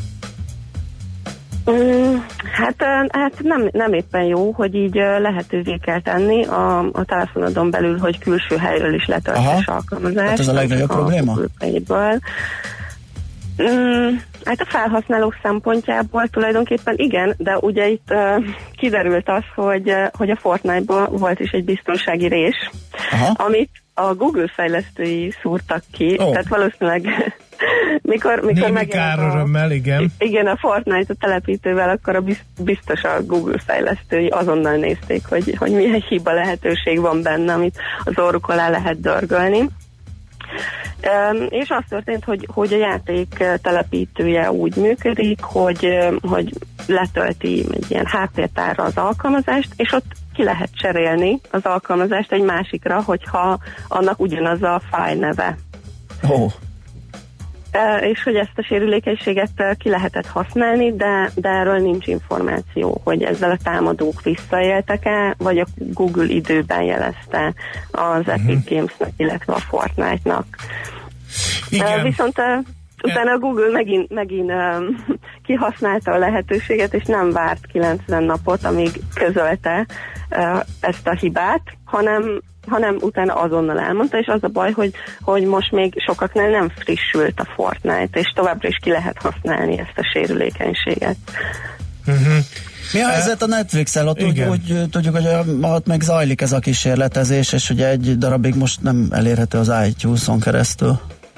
Mm, hát, hát nem, nem éppen jó, hogy így lehetővé kell tenni a, a telefonodon belül, hogy külső helyről is letöltesz alkalmazást.
Hát ez a legnagyobb a probléma?
Mm, hát a felhasználók szempontjából tulajdonképpen igen, de ugye itt uh, kiderült az, hogy, uh, hogy a Fortnite-ban volt is egy biztonsági rés, Aha. amit a Google fejlesztői szúrtak ki, oh. tehát valószínűleg mikor, mikor
Némi kárörömmel, igen.
Igen, a Fortnite a telepítővel, akkor a biztos a Google fejlesztői azonnal nézték, hogy, hogy milyen hiba lehetőség van benne, amit az orruk alá lehet dörgölni. Um, és az történt, hogy, hogy a játék telepítője úgy működik, hogy, hogy letölti egy ilyen háttértárra az alkalmazást, és ott ki lehet cserélni az alkalmazást egy másikra, hogyha annak ugyanaz a fájl neve.
Oh.
Uh, és hogy ezt a sérülékenységet uh, ki lehetett használni, de, de erről nincs információ, hogy ezzel a támadók visszaéltek-e, vagy a Google időben jelezte az Epic uh-huh. Gamesnek, illetve a Fortnite-nak. Uh, viszont uh, utána a Google megint, megint um, kihasználta a lehetőséget, és nem várt kilencven napot, amíg közölte uh, ezt a hibát, hanem hanem utána azonnal elmondta, és az a baj, hogy, hogy most még sokaknál nem frissült a Fortnite, és továbbra is ki lehet használni ezt a sérülékenységet.
Uh-huh. Mi a helyzet a Netflix-el? Ott úgy, úgy tudjuk, hogy ott meg zajlik ez a kísérletezés, és ugye egy darabig most nem elérhető az iTunes-on keresztül.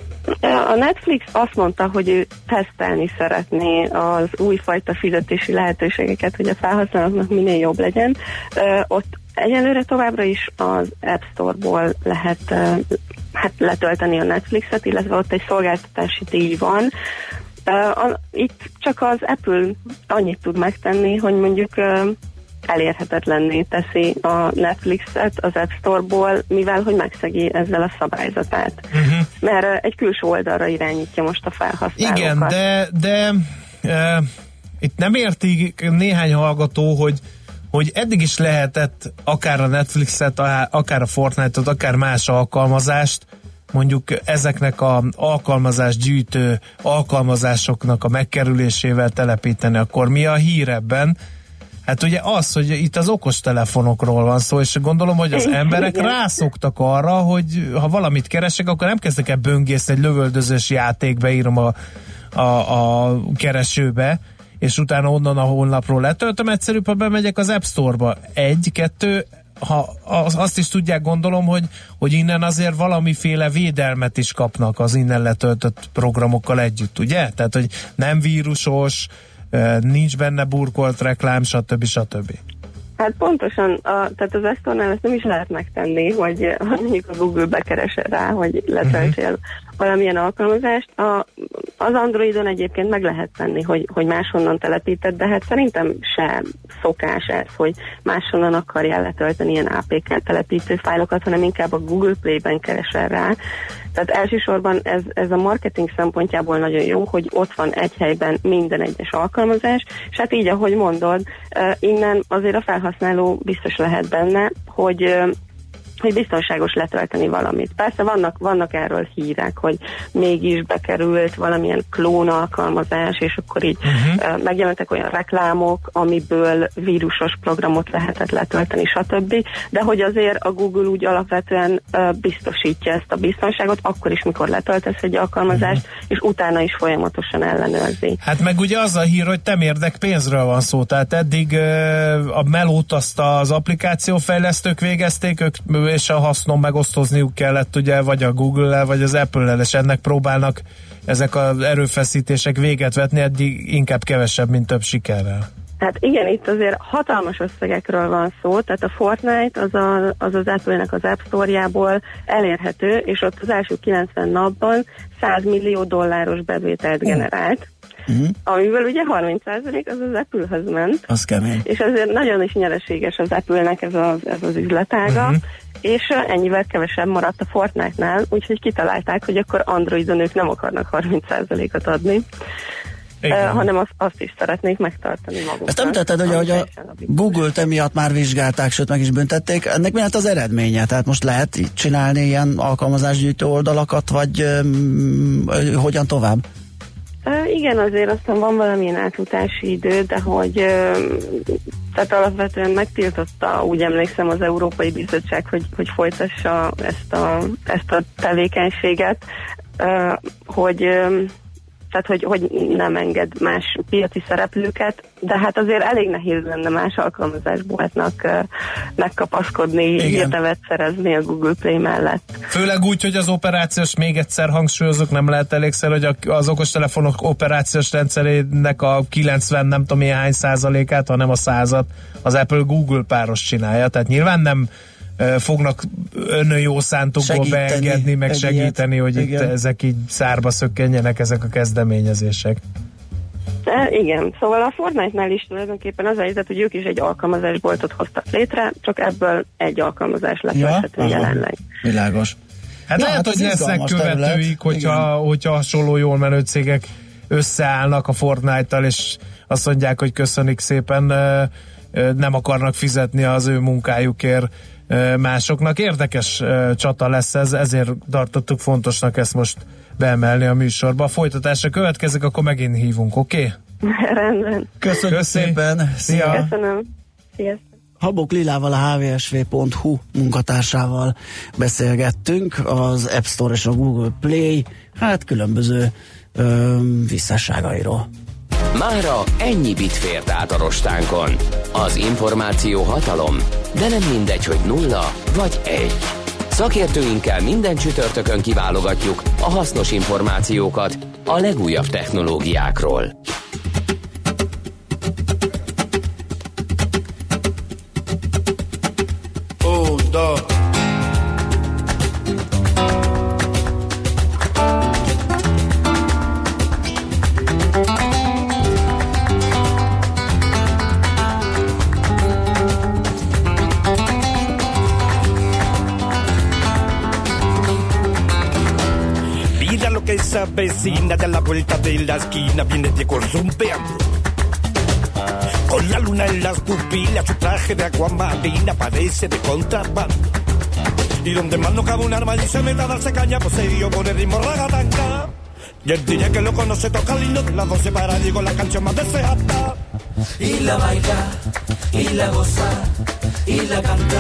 A Netflix azt mondta, hogy ő tesztelni szeretné az újfajta fizetési lehetőségeket, hogy a felhasználóknak minél jobb legyen. Ott egyelőre továbbra is az App Store-ból lehet uh, hát letölteni a Netflixet, illetve ott egy szolgáltatási díj van. Uh, a, itt csak az Apple annyit tud megtenni, hogy mondjuk uh, elérhetetlenné teszi a Netflixet az App Store-ból, mivel hogy megszegi ezzel a szabályzatát. Uh-huh. Mert uh, egy külső oldalra irányítja most a felhasználókat.
Igen, de, de uh, itt nem értik néhány hallgató, hogy hogy eddig is lehetett akár a Netflixet, akár a Fortnite-ot, akár más alkalmazást, mondjuk ezeknek a alkalmazásgyűjtő alkalmazásoknak a megkerülésével telepíteni. Akkor mi a hír ebben? Hát ugye az, hogy itt az okostelefonokról van szó, és gondolom, hogy az emberek rászoktak arra, hogy ha valamit keresek, akkor nem kezdek el böngészni, egy lövöldözős játékbe írom a, a, a keresőbe, és utána onnan a honlapról letöltöm, egyszerűbb, ha bemegyek az App Store-ba. Egy, kettő, ha az, azt is tudják, gondolom, hogy, hogy innen azért valamiféle védelmet is kapnak az innen letöltött programokkal együtt, ugye? Tehát, hogy nem vírusos, nincs benne burkolt reklám, stb. stb.
Hát pontosan, a, tehát az App Store-nál ezt nem is lehet megtenni, hogy mondjuk a Google-be keresel rá, hogy letöltsél uh-huh. valamilyen alkalmazást. A, az Androidon egyébként meg lehet tenni, hogy, hogy máshonnan telepíted, de hát szerintem sem szokás ez, hogy máshonnan akarjál letölteni ilyen á pé ká telepítő fájlokat, hanem inkább a Google Play-ben keresel rá. Tehát elsősorban ez, ez a marketing szempontjából nagyon jó, hogy ott van egy helyben minden egyes alkalmazás, és hát így, ahogy mondod, innen azért a felhasználó biztos lehet benne, hogy hogy biztonságos letölteni valamit. Persze vannak, vannak erről hírek, hogy mégis bekerült valamilyen klón alkalmazás, és akkor így uh-huh. uh, megjelentek olyan reklámok, amiből vírusos programot lehetett letölteni, stb. De hogy azért a Google úgy alapvetően uh, biztosítja ezt a biztonságot, akkor is, mikor letöltesz egy alkalmazást, uh-huh. és utána is folyamatosan ellenőrzi.
Hát meg ugye az a hír, hogy temérdek pénzről van szó, tehát eddig uh, a melót azt az applikációfejlesztők végezték, ők és a hasznon megosztozniuk kellett, ugye, vagy a Google-lel, vagy az Apple-lel, és ennek próbálnak ezek az erőfeszítések véget vetni, eddig inkább kevesebb, mint több sikerrel.
Hát igen, itt azért hatalmas összegekről van szó, tehát a Fortnite az a, az, az Apple-nek az App Store-jából elérhető, és ott az első kilencven napban száz millió dolláros bevételt uh. generált, uh-huh. amiből ugye harminc százalék az az Apple-höz ment.
Az kemény.
És azért nagyon is nyereséges az Apple-nek ez az, ez az üzletága, uh-huh. és ennyivel kevesebb maradt a Fortnite-nál, úgyhogy kitalálták, hogy akkor Androidon ők nem akarnak harminc százalékot adni, uh, hanem azt, azt is szeretnék megtartani maguknak.
Ezt nem tetted, hogy, hogy a Google-t emiatt már vizsgálták, sőt meg is büntették. Ennek mi lett az eredménye? Tehát most lehet így csinálni ilyen alkalmazásgyűjtő oldalakat, vagy um, hogyan tovább?
Uh, igen, azért aztán van valamilyen átfutási idő, de hogy uh, tehát alapvetően megtiltotta, úgy emlékszem, az Európai Bizottság, hogy, hogy folytassa ezt a, ezt a tevékenységet, uh, hogy, uh, tehát hogy, hogy nem enged más piaci szereplőket, de hát azért elég nehéz lenne más alkalmazásboltnak uh, megkapaszkodni, hírnevet szerezni a Google Play mellett.
Főleg úgy, hogy az operációs, még egyszer hangsúlyozok, nem lehet elégszer, hogy az okostelefonok operációs rendszerének a kilencven nem tudom milyen hány százalékát, hanem a százat az Apple Google páros csinálja, tehát nyilván nem fognak önön jó szántukból beengedni, meg segíteni, hogy igen. Itt ezek így szárba szökkenjenek, ezek a kezdeményezések.
E, igen, szóval a Fortnite-nál is tulajdonképpen az a helyzet, hogy ők is egy alkalmazásboltot hoztak létre, csak ebből egy alkalmazás letölthető ja? jelenleg.
Világos.
Hát ja, lehet, hát hogy lesznek követőik, hogyha, hogyha hasonló jól menő cégek összeállnak a Fortnite-tal, és azt mondják, hogy köszönik szépen, nem akarnak fizetni az ő munkájukért másoknak. Érdekes csata lesz ez, ezért tartottuk fontosnak ezt most beemelni a műsorba. A folytatásra következik, akkor megint hívunk, oké? Okay?
Rendben.
Köszönjük Köszi. szépen!
Szia! Köszönöm! Sziasztok!
Habok Lilával, a há vé es vé pont hú munkatársával beszélgettünk, az App Store és a Google Play, hát különböző ö, visszásságairól.
Mára ennyi bit fért át a rostánkon. Az információ hatalom, de nem mindegy, hogy nulla vagy egy. Szakértőinkkel minden csütörtökön kiválogatjuk a hasznos információkat a legújabb technológiákról.
Oh, dog.
Que esa vecina de la vuelta de la esquina viene de zumbeando. Con la luna en las pupilas, su traje de aguamarina parece de contrabando. Y donde más no cabe un arma y se mete a darse caña, pues se dio por el ritmo ragatanga. Y el D J que lo conoce toca el himno de las doce para digo la canción más deseada.
Y la baila, y la goza, y la canta.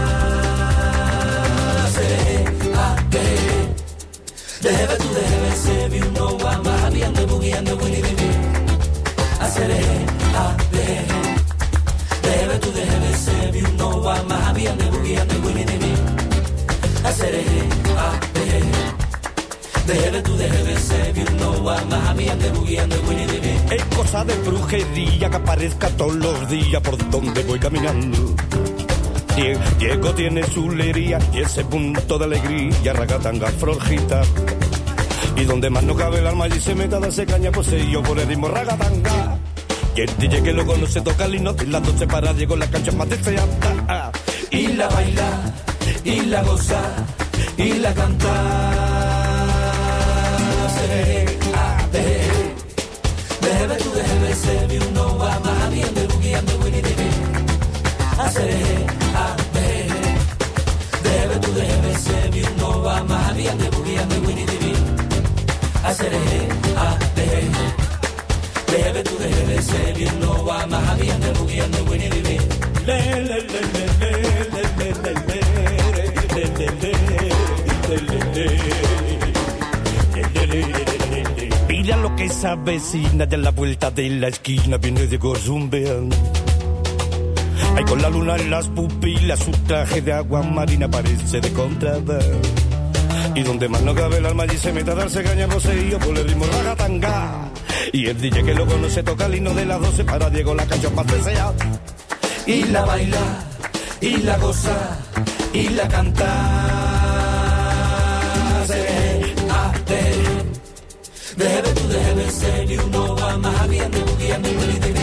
Se a que debe tu debe se vi uno guamba viendo bugueando winnie de mí hacer a de debe tu debe se vi uno guamba viendo bugueando winnie de mí hacer a de debe tu debe se vi uno guamba viendo bugueando winnie de mí.
Es cosa de brujería que aparezca todos los días por donde voy caminando. Diego tiene su lería y ese punto de alegría, ragatanga flojita. Y donde más no cabe el alma y se meta a darse caña, pues yo por el ritmo ragatanga. Y el D J que lo conoce toca el himno, y las dos se para, Diego la cancha más deseada.
Y la baila, y la goza, y la canta. Debe tu debe se vi uno va más bien de bugueando winnie de mí. Hacer a debe tu debe se vi uno va más bien de bugueando winnie de mí. Hacer a debe tu debe se vi uno va más bien de bugueando winnie de mí. Le le le le le le le le le le le.
Mira lo que esa vecina de la vuelta de la esquina viene de zumbeando. Ay, con la luna en las pupilas, su traje de agua marina parece de contrabando. Y donde más no cabe el alma y se mete a darse caña poseído por el ritmo ragatanga. Y el D J que lo conoce toca el himno de las doce para Diego la canción más deseada.
Y la baila, y la goza, y la canta. Debe tu debe ser y uno va más bien de bugueando winnie de mí.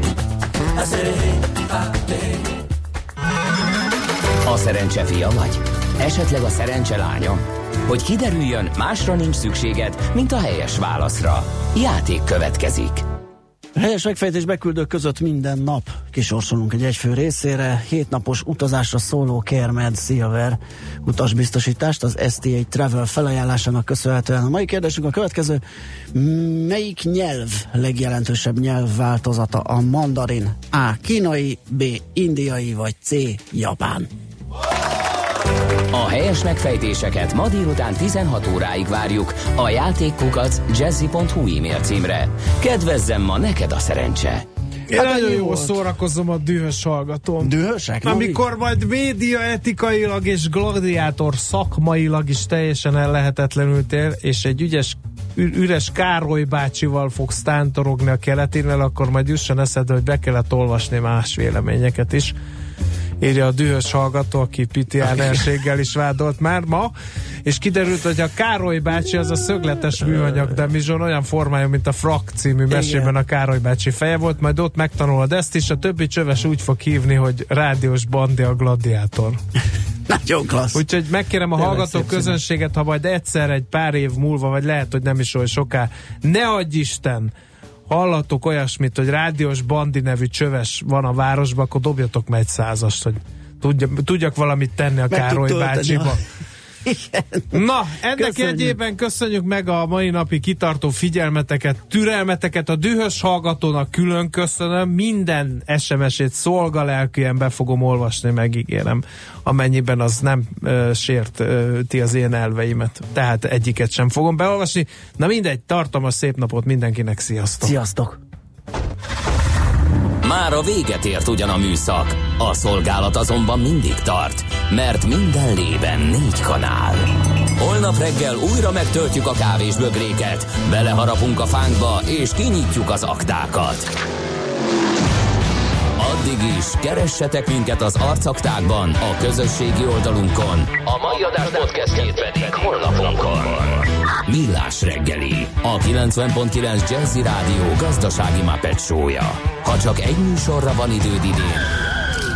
A szerencse fia vagy? Esetleg a szerencse lánya? Hogy kiderüljön, másra nincs szükséged, mint a helyes válaszra. Játék következik.
Helyes megfejtés beküldők között minden nap kisorsolunk egy egyfő részére hétnapos utazásra szóló Kermed Silver utasbiztosítást az es té egy Travel felajánlásának köszönhetően. A mai kérdésünk a következő: melyik nyelv legjelentősebb nyelvváltozata a mandarin? A. Kínai, B. Indiai vagy C. Japán?
A helyes megfejtéseket ma délután tizenhat óráig várjuk a játékkukac jazzy pont hu e-mail címre. Kedvezzem ma neked a szerencse!
Én hát nagyon jól szórakozom a dühös hallgatóm.
Dühösek?
Amikor majd média etikailag és gladiátor szakmailag is teljesen ellehetetlenültél, és egy ügyes, üres Károly bácsival fogsz tántorogni a Keletinél, akkor majd jusson eszedbe, hogy be kellett olvasni más véleményeket is. Írja a dühös hallgató, aki pitiánerséggel is vádolt már ma, és kiderült, hogy a Károly bácsi az a szögletes műanyag demizson, olyan formája, mint a Frak című mesében a Károly bácsi feje volt, majd ott megtanulod ezt is, a többi csöves úgy fog hívni, hogy Rádiós Bandi a gladiátor.
Nagyon klassz.
Úgyhogy megkérem a hallgató közönséget, ha majd egyszer egy pár év múlva, vagy lehet, hogy nem is olyan soká, ne adj Isten, hallatok olyasmit, hogy Rádiós Bandi nevű csöves van a városban, akkor dobjatok meg egy százast, hogy tudja, tudjak valamit tenni a meg Károly bácsiba. Na, ennek köszönjük. Egyében köszönjük meg a mai napi kitartó figyelmeteket, türelmeteket, a dühös hallgatónak külön köszönöm, minden es em es-ét szolgalelkűen be fogom olvasni, megígérem, amennyiben az nem uh, sérti az én elveimet. Tehát egyiket sem fogom beolvasni. Na mindegy, tartom a szép napot mindenkinek, sziasztok!
Sziasztok!
Már a véget ért ugyan a műszak, a szolgálat azonban mindig tart, mert minden lében négy kanál. Holnap reggel újra megtöltjük a kávésbögréket, beleharapunk a fánkba és kinyitjuk az aktákat. Addig is keressetek minket az arcaktákban, a közösségi oldalunkon. A mai adás podcastjét pedig honlapunkon. Millás reggeli, a kilencven pont kilenc Jazzy Rádió gazdasági Muppet show-ja. Ha csak egy műsorra van időd idén,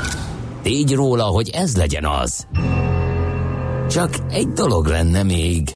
tégy róla, hogy ez legyen az. Csak egy dolog lenne még.